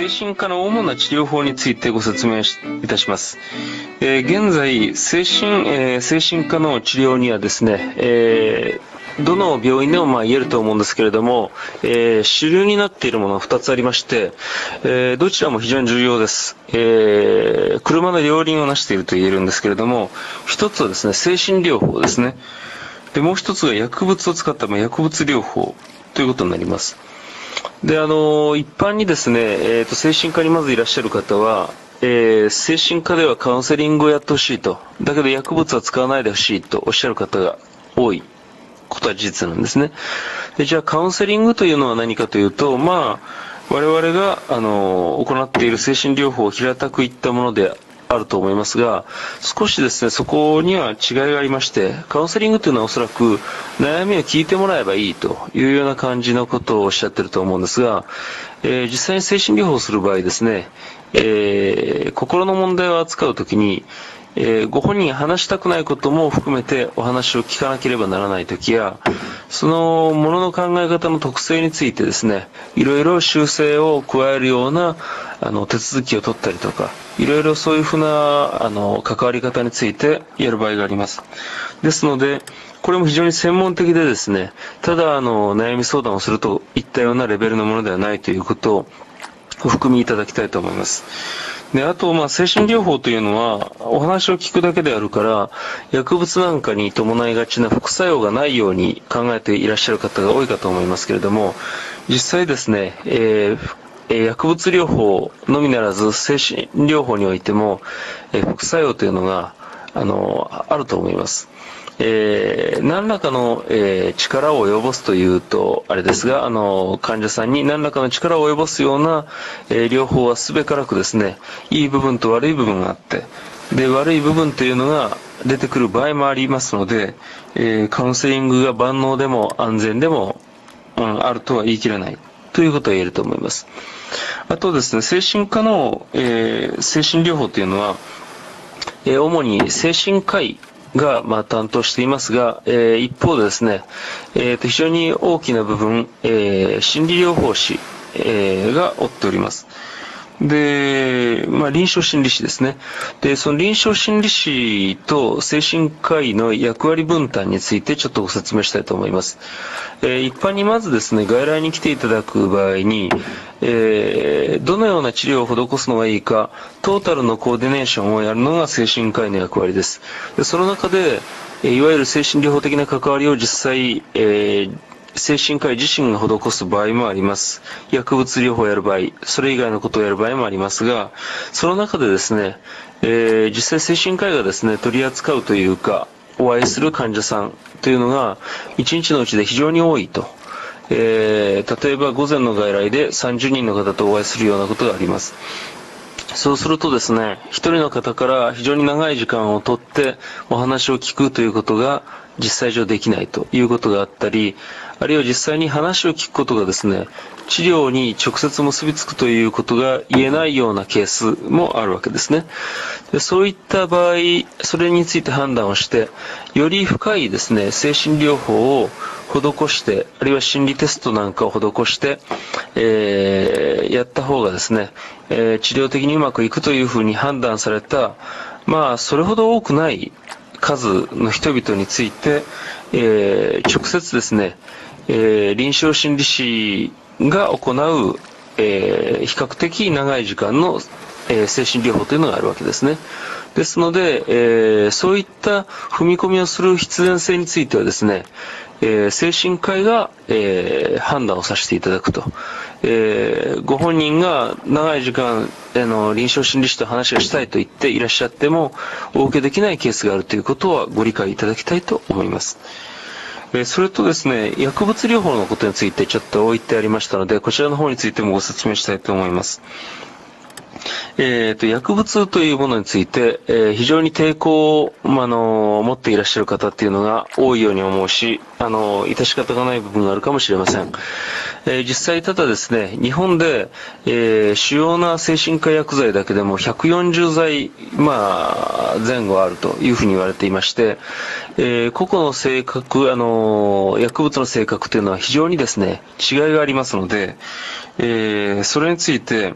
精神科の主な治療法についてご説明いたします。現在、精神科の治療にはですね、どの病院でも言えると思うんですけれども、主流になっているものは2つありまして、どちらも非常に重要です。車の両輪を成していると言えるんですけれども、一つはですね、精神療法ですね。で、もう一つが薬物を使った薬物療法ということになります。で、一般にですね、精神科にまずいらっしゃる方は、精神科ではカウンセリングをやってほしいと。だけど薬物は使わないでほしいとおっしゃる方が多いことは事実なんですね。で、じゃあカウンセリングというのは何かというと、我々が、行っている精神療法を平たく言ったものであると思いますが、少しですね、そこには違いがありまして、カウンセリングというのはおそらく悩みを聞いてもらえばいいというような感じのことをおっしゃっていると思うんですが、実際に精神療法をする場合ですね、心の問題を扱うときに、ご本人が話したくないことも含めてお話を聞かなければならないときや、そのものの考え方の特性についてですね、いろいろ修正を加えるような手続きを取ったりとか、いろいろそういうふうな関わり方についてやる場合があります。ですので、これも非常に専門的でですね、ただ悩み相談をするといったようなレベルのものではないということをお含みいただきたいと思います。で、あと、精神療法というのは、お話を聞くだけであるから、薬物なんかに伴いがちな副作用がないように考えていらっしゃる方が多いかと思いますけれども、実際ですね、薬物療法のみならず、精神療法においても、副作用というのが、あると思います。何らかの、力を及ぼすというとあれですが、患者さんに何らかの力を及ぼすような、療法はすべからくですね、いい部分と悪い部分があって、で、悪い部分というのが出てくる場合もありますので、カウンセリングが万能でも安全でも、あるとは言い切れないということは言えると思います。あとですね、精神科の、精神療法というのは、主に精神科医が担当していますが、一方でですね、非常に大きな部分、心理療法士、が負っております。で、臨床心理士ですね。で、その臨床心理士と精神科医の役割分担についてちょっとご説明したいと思います。一般にまずですね、外来に来ていただく場合に、どのような治療を施すのがいいか、トータルのコーディネーションをやるのが精神科医の役割です。で、その中で、いわゆる精神療法的な関わりを実際、精神科医自身が施す場合もあります。薬物療法をやる場合、それ以外のことをやる場合もありますが、その中でですね、実際精神科医がですね、取り扱うというか、お会いする患者さんというのが、1日のうちで非常に多いと。例えば午前の外来で30人の方とお会いするようなことがあります。そうするとですね、一人の方から非常に長い時間をとってお話を聞くということが実際上できないということがあったり、あるいは実際に話を聞くことがですね、治療に直接結びつくということが言えないようなケースもあるわけですね。で、そういった場合、それについて判断をして、より深いですね、精神療法を施して、あるいは心理テストなんかを施して、やった方がですね、治療的にうまくいくというふうに判断された、それほど多くない数の人々について、直接ですね、臨床心理士が行う、比較的長い時間の、精神療法というのがあるわけですね。ですので、そういった踏み込みをする必然性についてはですね、精神科医が、判断をさせていただくと。ご本人が長い時間、臨床心理士と話がしたいと言っていらっしゃっても、お受けできないケースがあるということはご理解いただきたいと思います。それとですね、薬物療法のことについてちょっと置いてありましたので、こちらの方についてもご説明したいと思います。薬物というものについて、非常に抵抗を、持っていらっしゃる方っていうのが多いように思うし、致し方がない部分があるかもしれません。実際ただですね、日本で、主要な精神科薬剤だけでも140剤、前後あるというふうに言われていまして、個々の性格、薬物の性格というのは非常にですね、違いがありますので、それについて、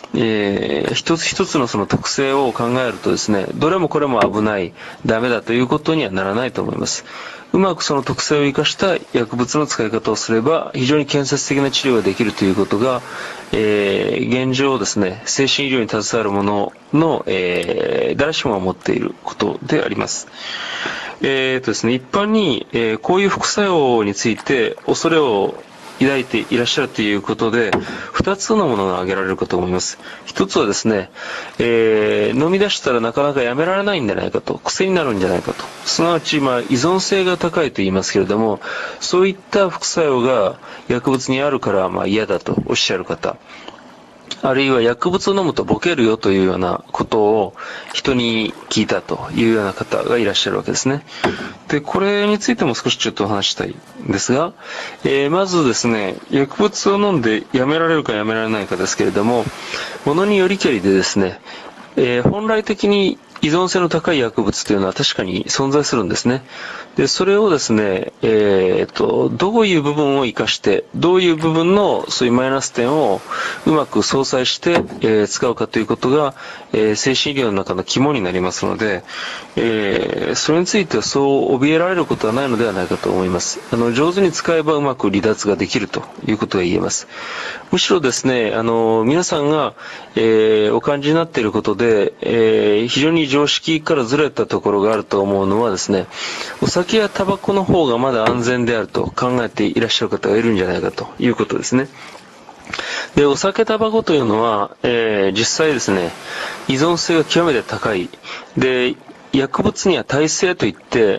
一つ一つのその特性を考えるとですね、どれもこれも危ない、ダメだということにはならないと思います。うまくその特性を生かした薬物の使い方をすれば、非常に建設的な治療ができるということが、現状ですね、精神医療に携わる者の、誰しもが持っていることであります。ですね、一般に、こういう副作用について恐れを抱いていらっしゃるということで、二つのものが挙げられるかと思います。一つはですね、飲み出したらなかなかやめられないんじゃないかと、癖になるんじゃないかと、すなわち、依存性が高いと言いますけれども、そういった副作用が薬物にあるから嫌だとおっしゃる方、あるいは薬物を飲むとボケるよというようなことを人に聞いたというような方がいらっしゃるわけですね。で、これについても少しちょっとお話したいんですが、まずですね、薬物を飲んでやめられるかやめられないかですけれども、ものによりけりでですね、本来的に依存性の高い薬物というのは確かに存在するんですね。で、それをですね、どういう部分を活かして、どういう部分のそういうマイナス点をうまく相殺して、使うかということが、精神医療の中の肝になりますので、それについてはそう怯えられることはないのではないかと思います。上手に使えばうまく離脱ができるということが言えます。むしろですね、皆さんが、お感じになっていることで、非常に常識からずれたところがあると思うのはですね、お酒やタバコの方がまだ安全であると考えていらっしゃる方がいるんじゃないかということですね。で、お酒タバコというのは、実際ですね、依存性が極めて高い。で、薬物には耐性といって、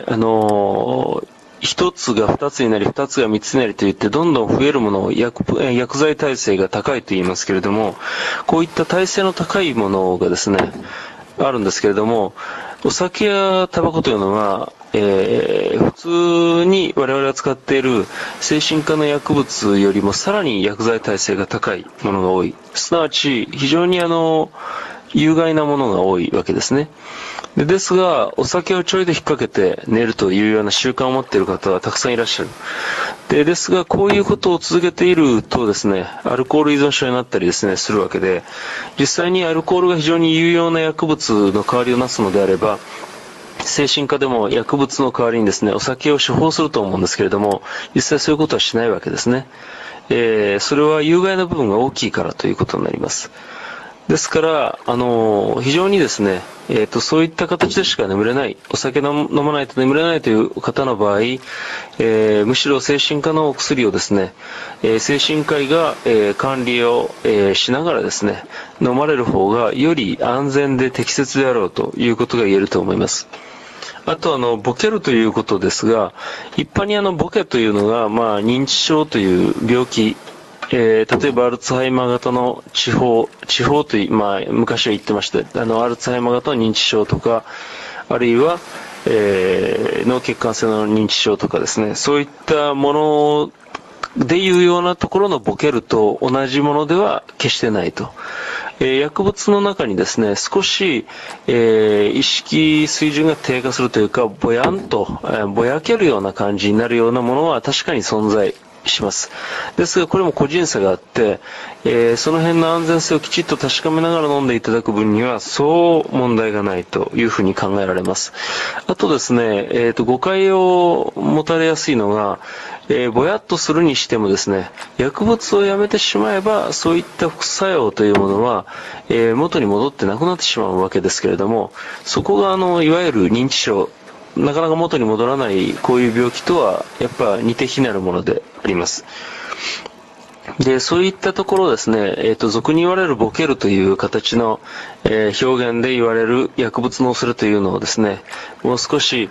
一つが二つになり、二つが三つになりといって、どんどん増えるものを薬剤耐性が高いと言いますけれども、こういった耐性の高いものがですね、あるんですけれども、お酒やタバコというのは、普通に我々が使っている精神科の薬物よりもさらに薬剤耐性が高いものが多い。すなわち、非常に有害なものが多いわけですね。ですが、お酒をちょいで引っ掛けて寝るというような習慣を持っている方はたくさんいらっしゃる。ですが、こういうことを続けているとですね、アルコール依存症になったりですね、するわけで、実際にアルコールが非常に有用な薬物の代わりをなすのであれば、精神科でも薬物の代わりにですね、お酒を処方すると思うんですけれども、実際そういうことはしないわけですね。それは有害な部分が大きいからということになります。ですから、非常にですね、そういった形でしか眠れない、お酒飲まないと眠れないという方の場合、むしろ精神科のお薬をですね、精神科医が、管理を、しながらですね、飲まれる方がより安全で適切であろうということが言えると思います。あとボケるということですが、一般にボケというのが、認知症という病気、例えばアルツハイマー型の地方という、昔は言ってました。アルツハイマー型の認知症とか、あるいは、脳血管性の認知症とかですね、そういったものでいうようなところのボケると同じものでは決してないと。薬物の中にですね、少し、意識水準が低下するというか、ぼやけるような感じになるようなものは確かに存在します。ですが、これも個人差があって、その辺の安全性をきちっと確かめながら飲んでいただく分には、そう問題がないというふうに考えられます。あとですね、誤解を持たれやすいのが、ぼやっとするにしてもですね、薬物をやめてしまえば、そういった副作用というものは、元に戻ってなくなってしまうわけですけれども、そこがいわゆる認知症、なかなか元に戻らないこういう病気とはやっぱ似て非なるものであります。で、そういったところですね、俗に言われるボケるという形の、表現で言われる薬物の恐れというのをですね、もう少し、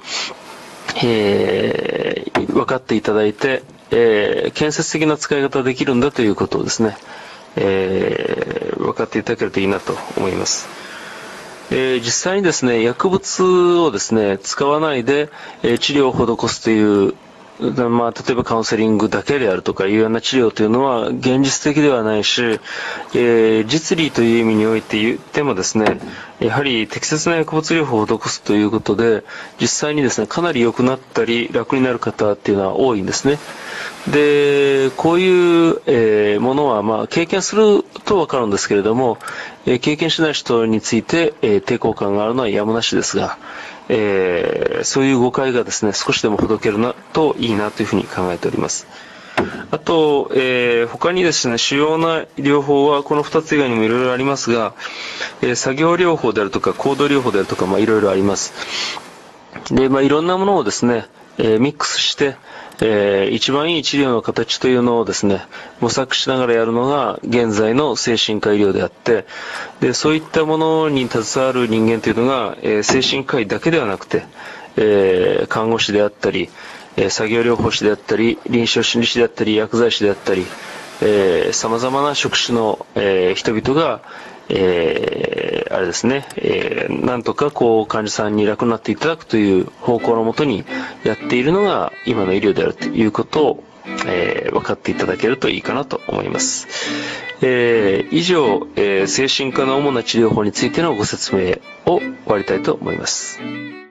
分かっていただいて、建設的な使い方ができるんだということをですね、分かっていただけるといいなと思います。実際にですね、薬物をですね、使わないで、治療を施すという、 まあ、例えばカウンセリングだけであるとかいうような治療というのは現実的ではないし、実利という意味において言ってもですね、やはり適切な薬物療法を施すということで、実際にですね、かなり良くなったり楽になる方っていうのは多いんですね。で、こういう、ものはまあ経験するとわかるんですけれども、経験しない人について、抵抗感があるのはやむなしですが、そういう誤解がですね、少しでもほどけるといいなというふうに考えております。あと、他にですね、主要な療法はこの2つ以外にもいろいろありますが、作業療法であるとか、行動療法であるとか、まあいろいろあります。で、まあいろんなものをですね、ミックスして、一番いい治療の形というのをですね、模索しながらやるのが現在の精神科医療であって、で、そういったものに携わる人間というのが、精神科医だけではなくて、看護師であったり、作業療法士であったり、臨床心理士であったり、薬剤師であったり、様々な職種の、人々が、あれですね、なんとかこう患者さんに楽になっていただくという方向のもとにやっているのが今の医療であるということを、分かっていただけるといいかなと思います。以上、精神科の主な治療法についてのご説明を終わりたいと思います。